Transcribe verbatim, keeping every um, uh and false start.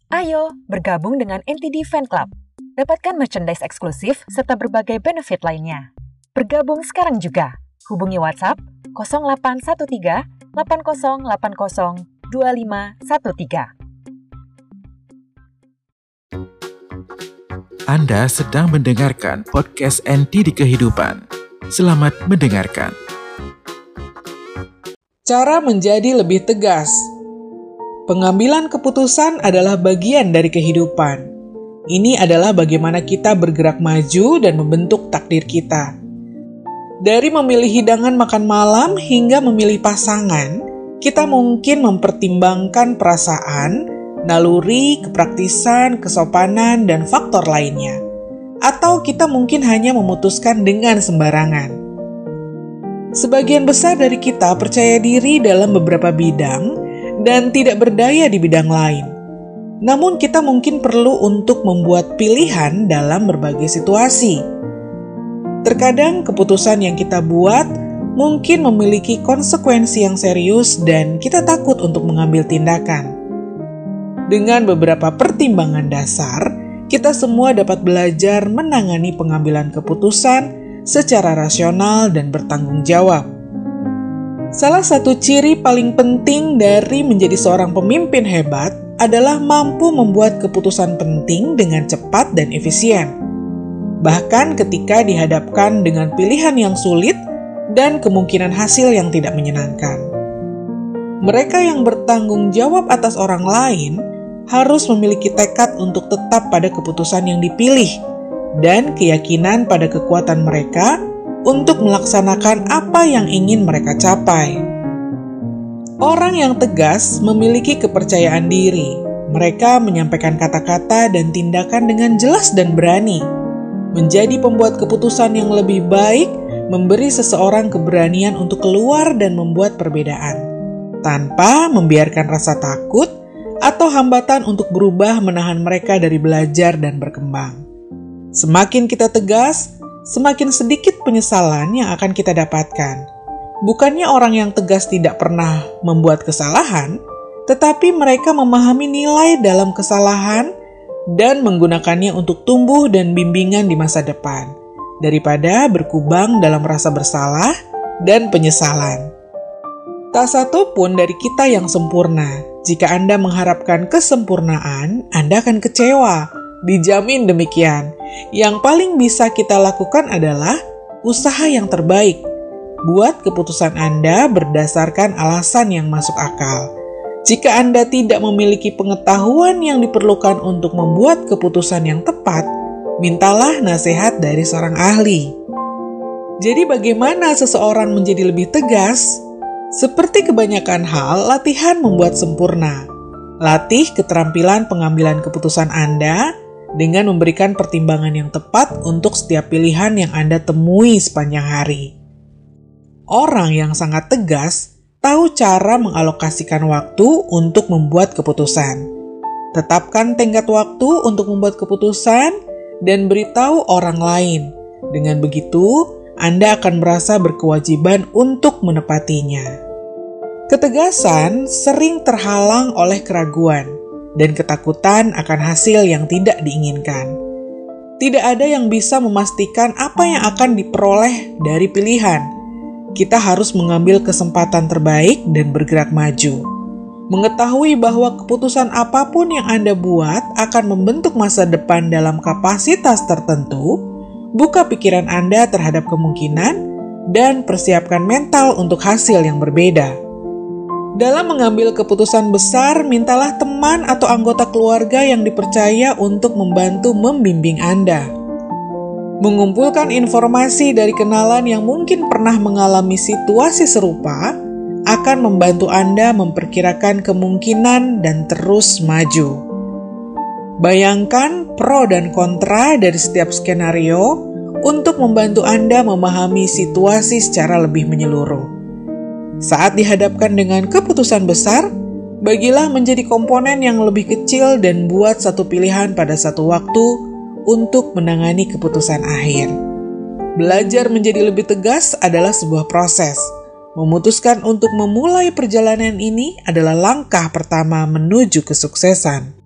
Ayo, bergabung dengan N T D Fan Club. Dapatkan merchandise eksklusif serta berbagai benefit lainnya. Bergabung sekarang juga. Hubungi WhatsApp nol delapan satu tiga delapan nol delapan nol dua lima satu tiga. Anda sedang mendengarkan podcast N T D Kehidupan. Selamat mendengarkan. Cara menjadi lebih tegas. Pengambilan keputusan adalah bagian dari kehidupan. Ini adalah bagaimana kita bergerak maju dan membentuk takdir kita. Dari memilih hidangan makan malam hingga memilih pasangan, kita mungkin mempertimbangkan perasaan, naluri, kepraktisan, kesopanan, dan faktor lainnya. Atau kita mungkin hanya memutuskan dengan sembarangan. Sebagian besar dari kita percaya diri dalam beberapa bidang dan tidak berdaya di bidang lain. Namun kita mungkin perlu untuk membuat pilihan dalam berbagai situasi. Terkadang keputusan yang kita buat mungkin memiliki konsekuensi yang serius dan kita takut untuk mengambil tindakan. Dengan beberapa pertimbangan dasar, kita semua dapat belajar menangani pengambilan keputusan secara rasional dan bertanggung jawab. Salah satu ciri paling penting dari menjadi seorang pemimpin hebat adalah mampu membuat keputusan penting dengan cepat dan efisien. Bahkan ketika dihadapkan dengan pilihan yang sulit dan kemungkinan hasil yang tidak menyenangkan. Mereka yang bertanggung jawab atas orang lain harus memiliki tekad untuk tetap pada keputusan yang dipilih dan keyakinan pada kekuatan mereka untuk melaksanakan apa yang ingin mereka capai. Orang yang tegas memiliki kepercayaan diri. Mereka menyampaikan kata-kata dan tindakan dengan jelas dan berani. Menjadi pembuat keputusan yang lebih baik, memberi seseorang keberanian untuk keluar dan membuat perbedaan, tanpa membiarkan rasa takut atau hambatan untuk berubah menahan mereka dari belajar dan berkembang. Semakin kita tegas, semakin sedikit penyesalan yang akan kita dapatkan. Bukannya orang yang tegas tidak pernah membuat kesalahan, tetapi mereka memahami nilai dalam kesalahan dan menggunakannya untuk tumbuh dan bimbingan di masa depan, daripada berkubang dalam rasa bersalah dan penyesalan. Tak satu pun dari kita yang sempurna. Jika Anda mengharapkan kesempurnaan, Anda akan kecewa. Dijamin demikian. Yang paling bisa kita lakukan adalah usaha yang terbaik. Buat keputusan Anda berdasarkan alasan yang masuk akal. Jika Anda tidak memiliki pengetahuan yang diperlukan untuk membuat keputusan yang tepat, mintalah nasihat dari seorang ahli. Jadi bagaimana seseorang menjadi lebih tegas? Seperti kebanyakan hal, latihan membuat sempurna. Latih keterampilan pengambilan keputusan Anda dengan memberikan pertimbangan yang tepat untuk setiap pilihan yang Anda temui sepanjang hari. Orang yang sangat tegas tahu cara mengalokasikan waktu untuk membuat keputusan. Tetapkan tenggat waktu untuk membuat keputusan dan beritahu orang lain. Dengan begitu, Anda akan merasa berkewajiban untuk menepatinya. Ketegasan sering terhalang oleh keraguan dan ketakutan akan hasil yang tidak diinginkan. Tidak ada yang bisa memastikan apa yang akan diperoleh dari pilihan. Kita harus mengambil kesempatan terbaik dan bergerak maju. Mengetahui bahwa keputusan apapun yang Anda buat akan membentuk masa depan dalam kapasitas tertentu, buka pikiran Anda terhadap kemungkinan dan persiapkan mental untuk hasil yang berbeda. Dalam mengambil keputusan besar, mintalah teman atau anggota keluarga yang dipercaya untuk membantu membimbing Anda. Mengumpulkan informasi dari kenalan yang mungkin pernah mengalami situasi serupa akan membantu Anda memperkirakan kemungkinan dan terus maju. Bayangkan pro dan kontra dari setiap skenario untuk membantu Anda memahami situasi secara lebih menyeluruh. Saat dihadapkan dengan keputusan besar, bagilah menjadi komponen yang lebih kecil dan buat satu pilihan pada satu waktu untuk menangani keputusan akhir. Belajar menjadi lebih tegas adalah sebuah proses. Memutuskan untuk memulai perjalanan ini adalah langkah pertama menuju kesuksesan.